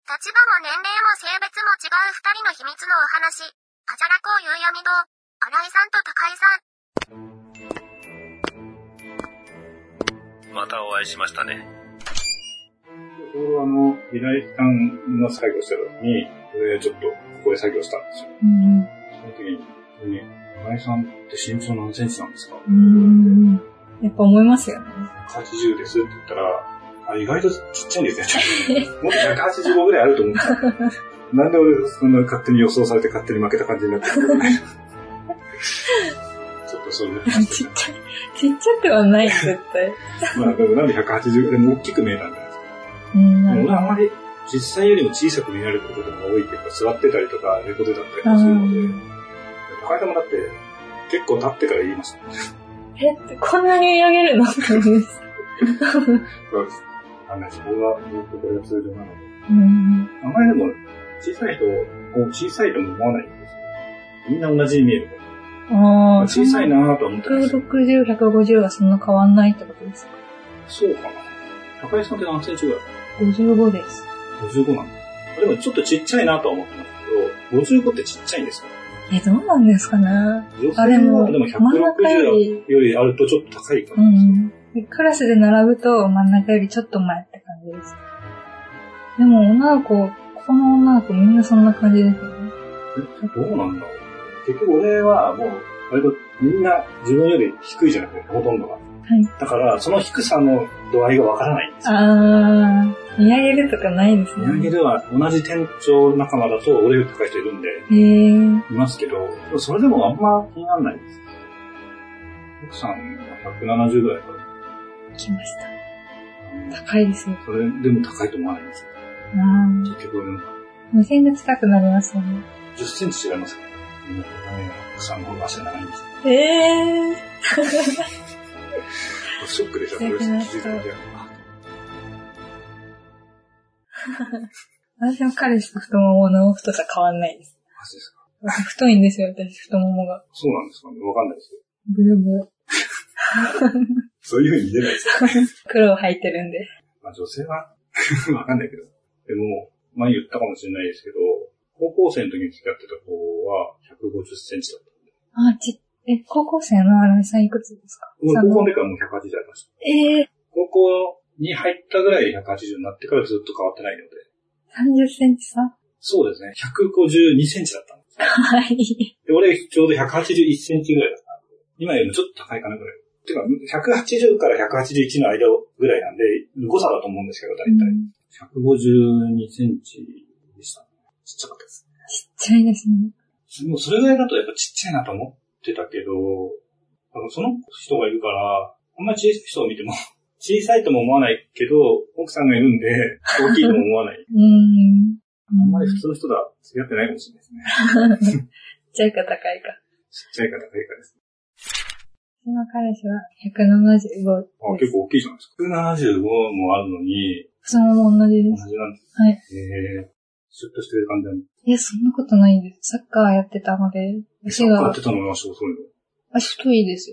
立場も年齢も性別も違う二人の秘密のお話。あじゃらこう夕闇堂。新井さんと高井さん。またお会いしましたね。 ちょうど平井さんが作業してた時に、ちょっとここで作業したんですよ。その時に、新井さんって身長何センチなんですか？ やっぱ思いますよね。 80ですって言ったら、意外とちっちゃいんですね。もっと185ぐらいあると思った。なんで俺そんな勝手に予想されて勝手に負けた感じになってるのね。ちょっとそういう話。 ちっちゃくはない、絶対。 まあ、でもなんで180、でも大きく見えたんじゃないですか。俺はあんまり実際よりも小さく見られることが多いっていうか、座ってたりとか、レコードだったりするので、高井さんもだって結構立ってから言いました。 こんなに上げるのって思うんです。 そうです。僕はこれが通常なので。あまりでも小さい人を小さいとも思わないんですよ。みんな同じに見えるから。小さいなぁと思ってます。 160、150はそんな変わんないってことですか？ そうかな。高井さんって何センチぐらい？ 55 です。 55なんだ。でもちょっとちっちゃいなとは思ってますけど、55ってちっちゃいんですか？ どうなんですかね。 女性はでも160よりあるとちょっと高いかも。 クラスで並ぶと真ん中よりちょっと前って感じです。でもこの女の子みんなそんな感じですよね。 どうなんだろう。結局俺はもう、割とみんな自分より低いじゃなくて、ほとんどが。だから、その低さの度合いがわからないんですよ。 見上げるとかないですね。 見上げるは同じ店長仲間だと俺より高い人いるんで、いますけど、それでもあんま気にならないです。奥さんは170ぐらいから。 来ました。高いですよ。 それでも高いと思わないんですよ。結局目線が近くなりますよね。 10センチ違いますからね。奥さんの方が足長いんです。ショックでしょ、これ気づいた時は。 私の彼氏と太ももの太さ変わんないです。 マジですか？ 太いんですよ、私、太ももが。 そうなんですかね？わかんないですよ。 ブヨブヨ。 そういう風に出ないですよね。 黒を履いてるんで。 まあ女性はわかんないけど。でも、前言ったかもしれないですけど、高校生の時に付き合ってた子は150センチだったんで。 高校生の新井さんいくつですか？ 高校の時からもう180ありました。高校に入ったぐらい180になってからずっと変わってないので。 30センチ差？ そうですね。152センチだったんです、ね。 はい。 で、俺ちょうど181センチぐらいだったんで。今よりもちょっと高いかなぐらい。てか、180から181の間ぐらいなんで、誤差だと思うんですけど、だいたい。152センチでしたね。ちっちゃかったですね。 ちっちゃいですね。 でもそれぐらいだとやっぱちっちゃいなと思ってたけど、その人がいるから、あんまり小さい人を見ても、小さいとも思わないけど、奥さんがいるんで、大きいとも思わない。あんまり普通の人とは付き合ってないかもしれないですね。 ちっちゃいか高いか。 ちっちゃいか高いかですね。 私の彼氏は175です。 結構大きいじゃないですか。175もあるのに。 そのまま同じです。 同じなんです。 はい。 シュッとしてる感じなんです。 いや、そんなことないです。サッカーやってたので。 サッカーやってたのがそういうの。 足太いですよ。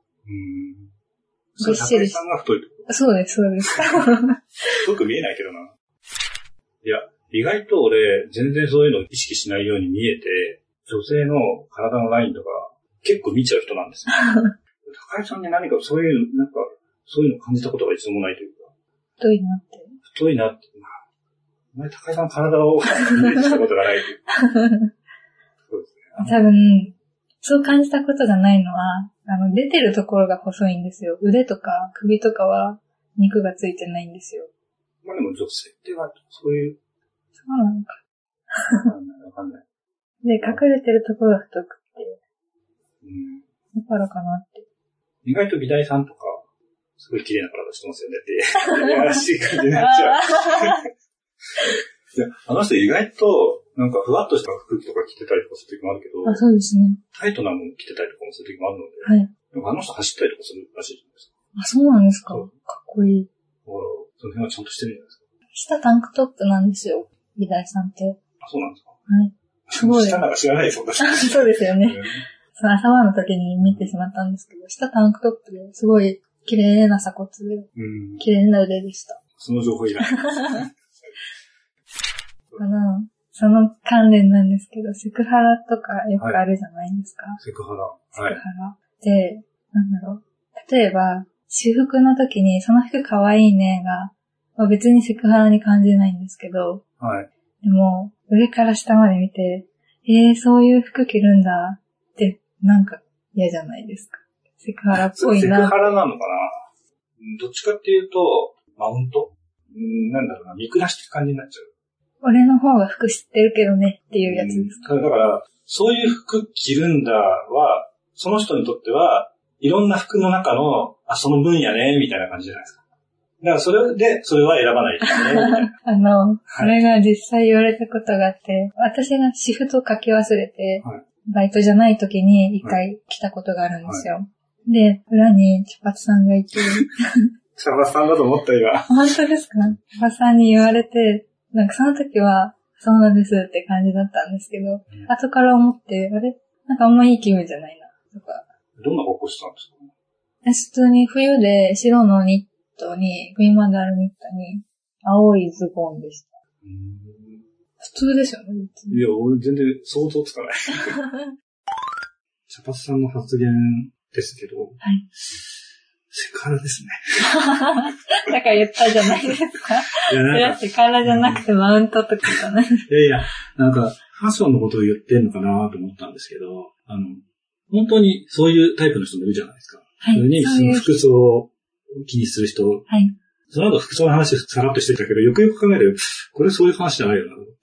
それ高井さんが太いってこと？ そうです、そうです。 太く見えないけどな。いや、意外と俺、全然そういうのを意識しないように見えて、女性の体のラインとか、結構見ちゃう人なんですよ。高井さんに何かそういうの感じたことが一度もないというか。 太いなって。 太いなって。お前高井さんの体をイメージしたことがないという。そうですね。 多分、そう感じたことがないのは、出てるところが細いんですよ。腕とか首とかは肉がついてないんですよ。 まあでも女性ってはそういう。 そうなのか。 わかんない。 で、隠れてるところが太くて。だからかなって。 意外と美大さんとか、すごい綺麗な体してますよねって、やらしい感じになっちゃう。いや、あの人意外と、なんかふわっとした服とか着てたりとかする時もあるけど、 そうですね。 タイトなもの着てたりとかもする時もあるので、 はい。 なんかあの人走ったりとかするらしいじゃないですか。 そうなんですか。かっこいい。 ほら、その辺はちゃんとしてるじゃないですか。 下タンクトップなんですよ、美大さんって。 そうなんですか。 はい。すごい。 下なんか知らないですもん、 そうですよね。朝晩の時に見てしまったんですけど、下タンクトップですごい綺麗な鎖骨で、綺麗な腕でした。 その情報いらない。 その関連なんですけど、セクハラとかよくあるじゃないですか。 セクハラ。 セクハラ。で、例えば、私服の時に、その服可愛いねが、別にセクハラに感じないんですけど、 はい。 でも、上から下まで見て、そういう服着るんだって、なんか嫌じゃないですか。セクハラっぽいな。 セクハラなのかな。どっちかっていうと、マウントなんだろうな、見下してる感じになっちゃう。 俺の方が服知ってるけどねっていうやつですか。 だから、そういう服着るんだは、その人にとっては、いろんな服の中の、その分野ね、みたいな感じじゃないですか。だからそれは選ばないとね、みたいな。 これが実際言われたことがあって、私がシフト書き忘れて、バイトじゃない時に一回来たことがあるんですよ。で、裏に茶髪さんがいて。 茶髪さんだと思った今。 本当ですか？茶髪さんに言われて、なんかその時は、そうなんですって感じだったんですけど、後から思って、あれなんかあんまいい気分じゃないな、とか。 どんな格好してたんですか？ 普通に冬で白のニットに、首まであるニットに、青いズボンでした。普通ですよね。 いや、俺全然想像つかない。茶髪さんの発言ですけど、はい。セクハラですね。 だから言ったじゃないですか。いや、なんか。セクハラじゃなくてマウントとかじゃない。 いや、なんか、ファッションのことを言ってんのかなと思ったんですけど、本当にそういうタイプの人もいるじゃないですか。はい。それに、その服装を気にする人。はい。その後服装の話さらっとしてたけど、よくよく考えると、これそういう話じゃないよなと思って。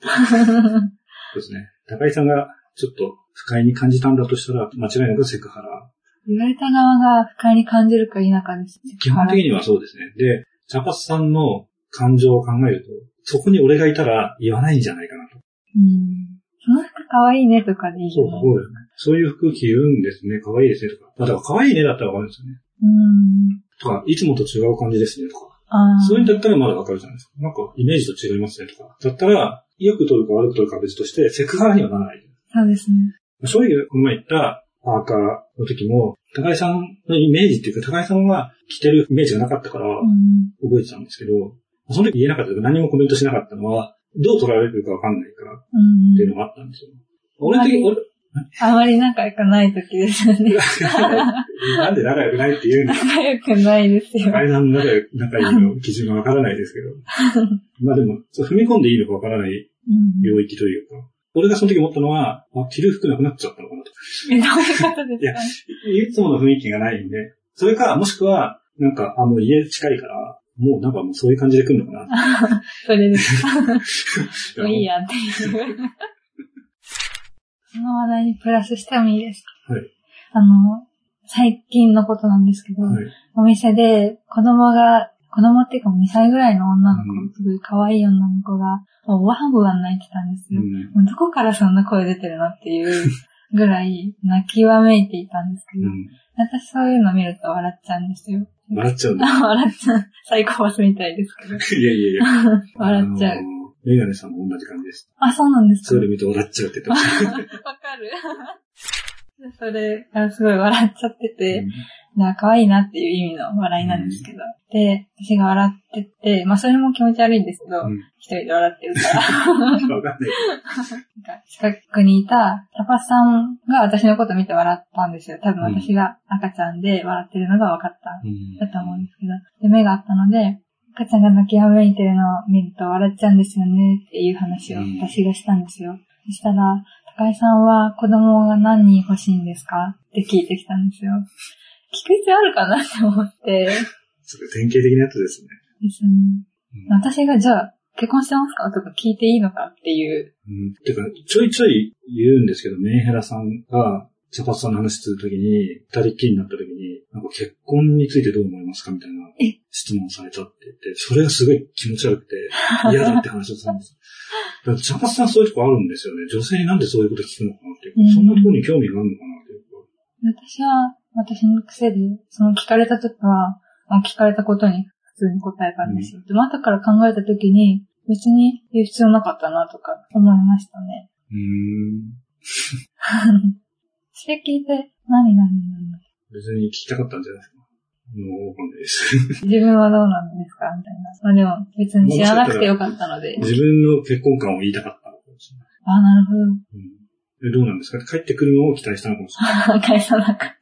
そうですね。高井さんがちょっと不快に感じたんだとしたら、間違いなくセクハラ。 言われた側が不快に感じるか否かです。 基本的にはそうですね。で、茶髪さんの感情を考えると、そこに俺がいたら言わないんじゃないかなと。 その服可愛いねとかでいいじゃないですか。 そうですね。そういう服着るんですね。可愛いですねとか。だから可愛いねだったらわかるんですよね。とか、いつもと違う感じですねとか。そういうんだったらまだわかるじゃないですか。なんかイメージと違いますねとか。だったら、よく撮るか悪く撮るかは別として、セクハラにはならない。 そうですね。 正直、この前言ったパーカーの時も、高井さんのイメージっていうか、高井さんは着てるイメージがなかったから、覚えてたんですけど、その時言えなかったとか何もコメントしなかったのは、どう捉えられるかわかんないから、っていうのがあったんですよ。俺あまり仲良くない時ですよね。 なんで仲良くないって言うんですか？ 仲良くないですよ。 高井さんの仲良くの基準がわからないですけど。まあでも、踏み込んでいいのかわからない領域というか、俺がその時思ったのは、着る服なくなっちゃったのかなと。 どういうことですか？ いや、いつもの雰囲気がないんで、それか、もしくは、なんか、もう家近いから、もうなんかもうそういう感じで来るのかな。 それですか。もういいやっていう。その話題にプラスしてもいいですか？はい。最近のことなんですけど、はい、お店で子供っていうか2歳ぐらいの女の子、すごい可愛い女の子が、ワンワン泣いてたんですよ。もうどこからそんな声出てるのっていうぐらい泣きわめいていたんですけど、私そういうの見ると笑っちゃうんですよ。 笑っちゃうんだ。 笑っちゃう。サイコパスみたいですけど。 いや。 笑っちゃう。 メガネさんも同じ感じです。 そうなんですか？ それ見て笑っちゃうって言ってました。 わかる。それがすごい笑っちゃってて、可愛いなっていう意味の笑いなんですけど。で、私が笑ってて、それも気持ち悪いんですけど、一人で笑ってるから。わかんない。近くにいたタパさんが私のこと見て笑ったんですよ。多分私が赤ちゃんで笑ってるのが分かった。だと思うんですけど。で、目があったので、赤ちゃんが泣きわめいてるのを見ると笑っちゃうんですよねっていう話を私がしたんですよ。そしたら、高井さんは子供が何人欲しいんですかって聞いてきたんですよ。聞く必要あるかなって思って。 それ典型的なやつですね。 ですね。私がじゃあ結婚してますかとか聞いていいのかっていう。 てか、ちょいちょい言うんですけど、メンヘラさんが茶髪さんの話するときに、二人っきりになったときに、なんか結婚についてどう思いますかみたいな質問されたって言って、それがすごい気持ち悪くて嫌だって話をするんです。だから茶髪さんそういうとこあるんですよね。女性になんでそういうこと聞くのかなっていう。そんなところに興味があるのかなっていうか。 私の癖で、その聞かれたときは、聞かれたことに普通に答えたんですよ。でも後から考えたときに、別に言う必要なかったなとか思いましたね。それ聞いて何になるんだろう。 別に聞きたかったんじゃないですか。 わかんないです。 自分はどうなんですかみたいな。まあでも、別に知らなくてよかったので。 自分の結婚観を言いたかったのかもしれない。 ああ、なるほど。 でどうなんですか？帰ってくるのを期待したのかもしれない。 返さなかった。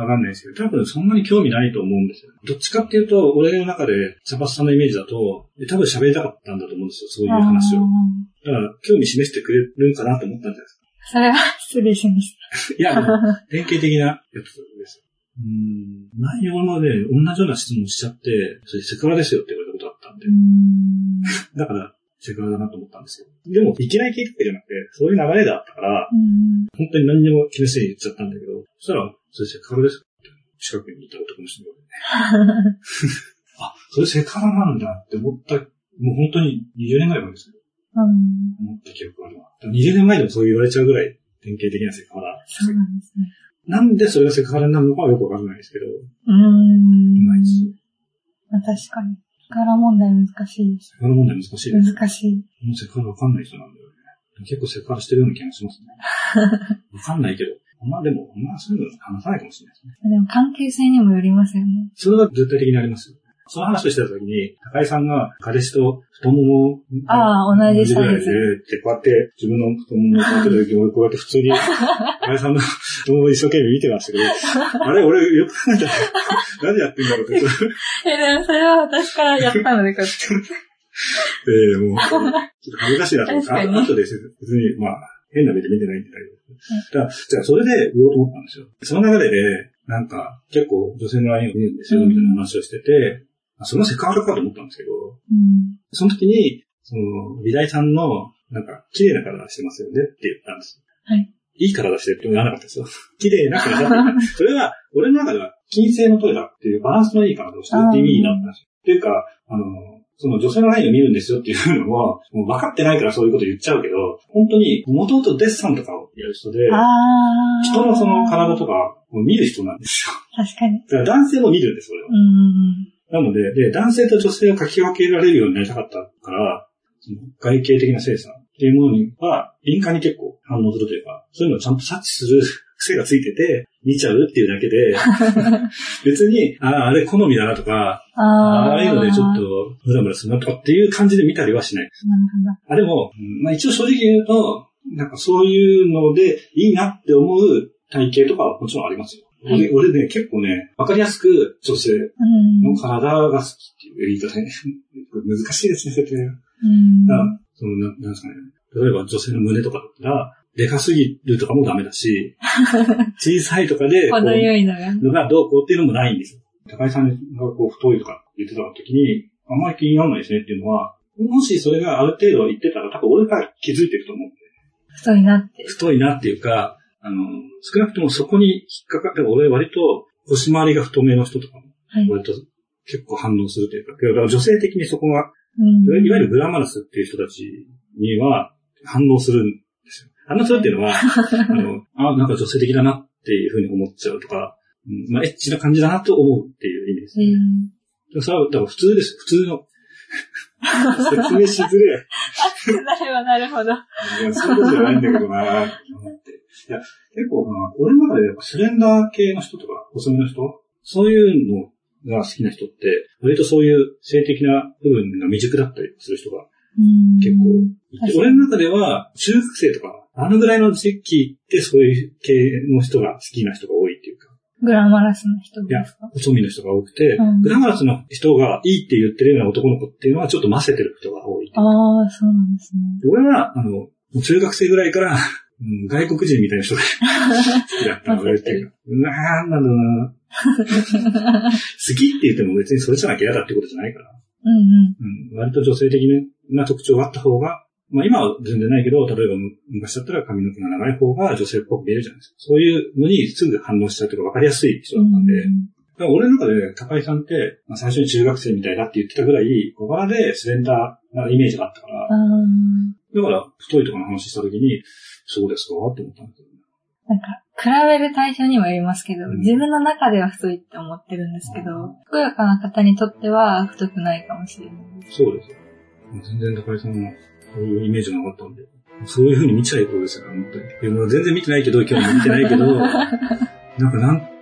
わかんないですけど、多分そんなに興味ないと思うんですよ。どっちかっていうと、俺の中で、茶髪さんのイメージだと、多分喋りたかったんだと思うんですよ、そういう話を。だから、興味示してくれるんかなと思ったんじゃないですか。 それは失礼しました。 いや、典型的なやつですよ。内容もね、同じような質問しちゃって、それセクハラですよって言われたことあったんで。だから、セクハラだなと思ったんですよ。でも、いきなり聞いたわけじゃなくて、そういう流れだったから、本当に何にも気のせいに言っちゃったんだけど、そしたら、それセクハラですって近くにいた男の人がね。あ、それセクハラなんだって思った、もう本当に20年ぐらい前ですけど、思った記憶があるわ。20年前でもそう言われちゃうぐらい典型的なセクハラ。 そうなんですね。 なんでそれがセクハラになるのかはよくわからないですけど。いまいち。 まあ確かに。セクハラ問題難しいです。 セクハラ問題難しいです。 難しい。 もうセクハラわかんない人なんだよね。結構セクハラしてるような気がしますね。わかんないけど。まあでも、そういうの話さないかもしれないですね。 でも関係性にもよりますよね。 それは絶対的にありますよ。その話をしてた時に、高井さんが彼氏と太もも同じサイズで、こうやって自分の太ももを触ってた時に、こうやって普通に高井さんの太ももを一生懸命見てましたけど、あれ俺よく考えたら、何やってんだろうって。 でもそれは私からやったので、こっち。 もう、ちょっと恥ずかしいなと思って、後で別に、まあ、変な目で見てないんで大丈夫です。じゃあ、それで言おうと思ったんですよ。その流れで、なんか、結構女性の LINE を見るんですよ、みたいな話をしてて、そのセクハラかと思ったんですけど、その時に、美大さんの、なんか、綺麗な体してますよねって言ったんです。 はい。 いい体してるって言わなかったですよ。綺麗な体って。それは、俺の中では、均整の取れたっていうバランスのいい体をしてるっていう意味になったんですよ。っていうか、その女性のラインを見るんですよっていうのは、もう分かってないからそういうこと言っちゃうけど、本当に、元々デッサンとかをやる人で、人のその体とかを見る人なんですよ。 確かに。 だから男性も見るんです、それは。なので、男性と女性を書き分けられるようになりたかったから、その外形的な精査っていうものには、敏感に結構反応するというか、そういうのをちゃんと察知する癖がついてて、見ちゃうっていうだけで、別に、あれ好みだなとか、ああいうのでちょっとムラムラするなとかっていう感じで見たりはしないです。でも、まあ一応正直言うと、なんかそういうのでいいなって思う体型とかはもちろんありますよ。俺ね、結構ね、わかりやすく女性の体が好きっていう言い方ね、難しいですね、説明。なんですかね。例えば女性の胸とかだったら、でかすぎるとかもダメだし、小さいとかで、 程よいのがどうこうっていうのもないんですよ。高井さんがこう太いとか言ってた時に、あんまり気にならないですねっていうのは、もしそれがある程度言ってたら多分俺が気づいてると思うんで。 太いなっていうか、少なくともそこに引っかかって、俺割と腰回りが太めの人とかも、割と結構反応するというか、だから女性的にそこが、いわゆるグラマラスっていう人たちには反応するんですよ。反応するっていうのは、なんか女性的だなっていうふうに思っちゃうとか、まあエッチな感じだなと思うっていう意味ですね。それは、だから普通です。普通の。説明しづれえ。 なればなるほど。 いや、そういうことじゃないんだけどなぁ、と思って。いや、結構、俺の中でやっぱスレンダー系の人とか、細めの人、そういうのが好きな人って、割とそういう性的な部分が未熟だったりする人が結構いて、俺の中では中学生とか、あのぐらいの時期ってそういう系の人が好きな人が多いっていうか。 グラマラスの人ですか？ いや、細身の人が多くて、グラマラスの人がいいって言ってるような男の子っていうのはちょっと混ぜてる人が多い。 ああ、そうなんですね。 俺は、中学生ぐらいから、外国人みたいな人が好きだったので、っていうか、なんだろうな。好きって言っても別にそれじゃなきゃ嫌だってことじゃないから。割と女性的な特徴があった方が、まあ今は全然ないけど、例えば昔だったら髪の毛が長い方が女性っぽく見えるじゃないですか。そういうのにすぐ反応しちゃうというか分かりやすい人だったんで、だから俺の中で高井さんって、まあ、最初に中学生みたいだって言ってたぐらい、小柄でスレンダーなイメージがあったから、だから太いとかの話した時に、そうですかって思ったんですよね。 なんか、比べる対象にもよりますけど、自分の中では太いって思ってるんですけど、ふくよかな方にとっては太くないかもしれないです。 そうですよ。全然高井さんもそういうイメージがなかったんで、そういう風に見ちゃいそうですよね、本当に。全然見てないけど、今日も見てないけど、なんかなん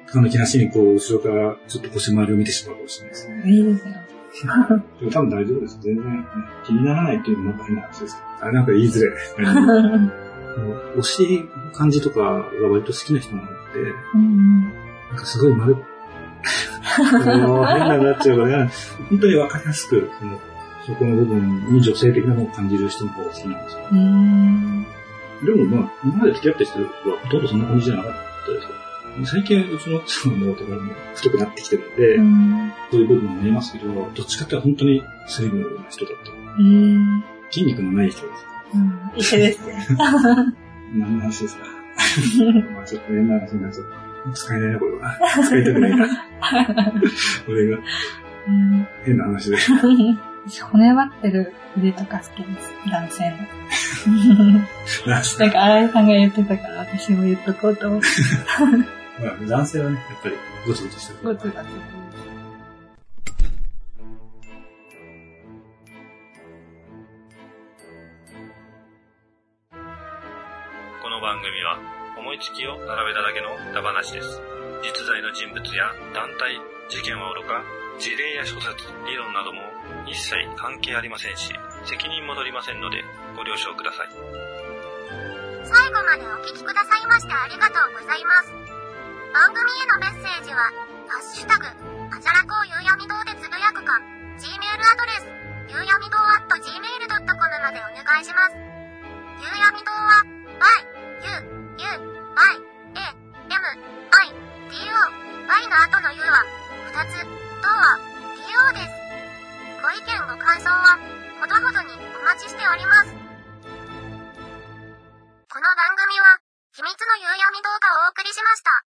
他の気なしにこう、後ろからちょっと腰回りを見てしまうかもしれないですね。 いいですよ。 でも多分大丈夫です。全然、気にならないっていうのもなんか変な話ですけど。なんか言いづらい。推しの感じとかが割と好きな人なので、なんかすごい丸変なになっちゃうから、本当にわかりやすく、そこの部分に女性的なものを感じる人の方が好きなんですよ。でもまあ、今まで付き合った人はほとんどそんな感じじゃなかったですよ。最近うちの妻のとかも太くなってきてるので、そういう部分も見えますけど、どっちかって本当にスリムな人だった。筋肉のない人です。 一緒ですね。 何の話ですかまあちょっと変な話になっちゃった。使えないな、これは。使いたくないな。これが、変な話で。 骨張ってる腕とか好きです。男性の。なんか新井さんが言ってたから私も言っとこうと思って。 まあ、男性はね、やっぱりゴツゴツしてる。 ゴツゴツ。 この番組は思いつきを並べただけの歌話です。実在の人物や団体、事件はおろか、事例や諸説、理論なども一切関係ありませんし、責任も取りませんのでご了承ください。 最後までお聞きくださいましてありがとうございます。番組へのメッセージは、ハッシュタグ、あじゃらこうゆうやみ堂でつぶやくか、Gmail アドレス、ゆうやみ堂@gmail.com までお願いします。ゆうやみ堂は、Y の後の U は、2つ、堂は、DO です。ご意見ご感想は、ほどほどにお待ちしております。この番組は、秘密のゆうやみ堂がお送りしました。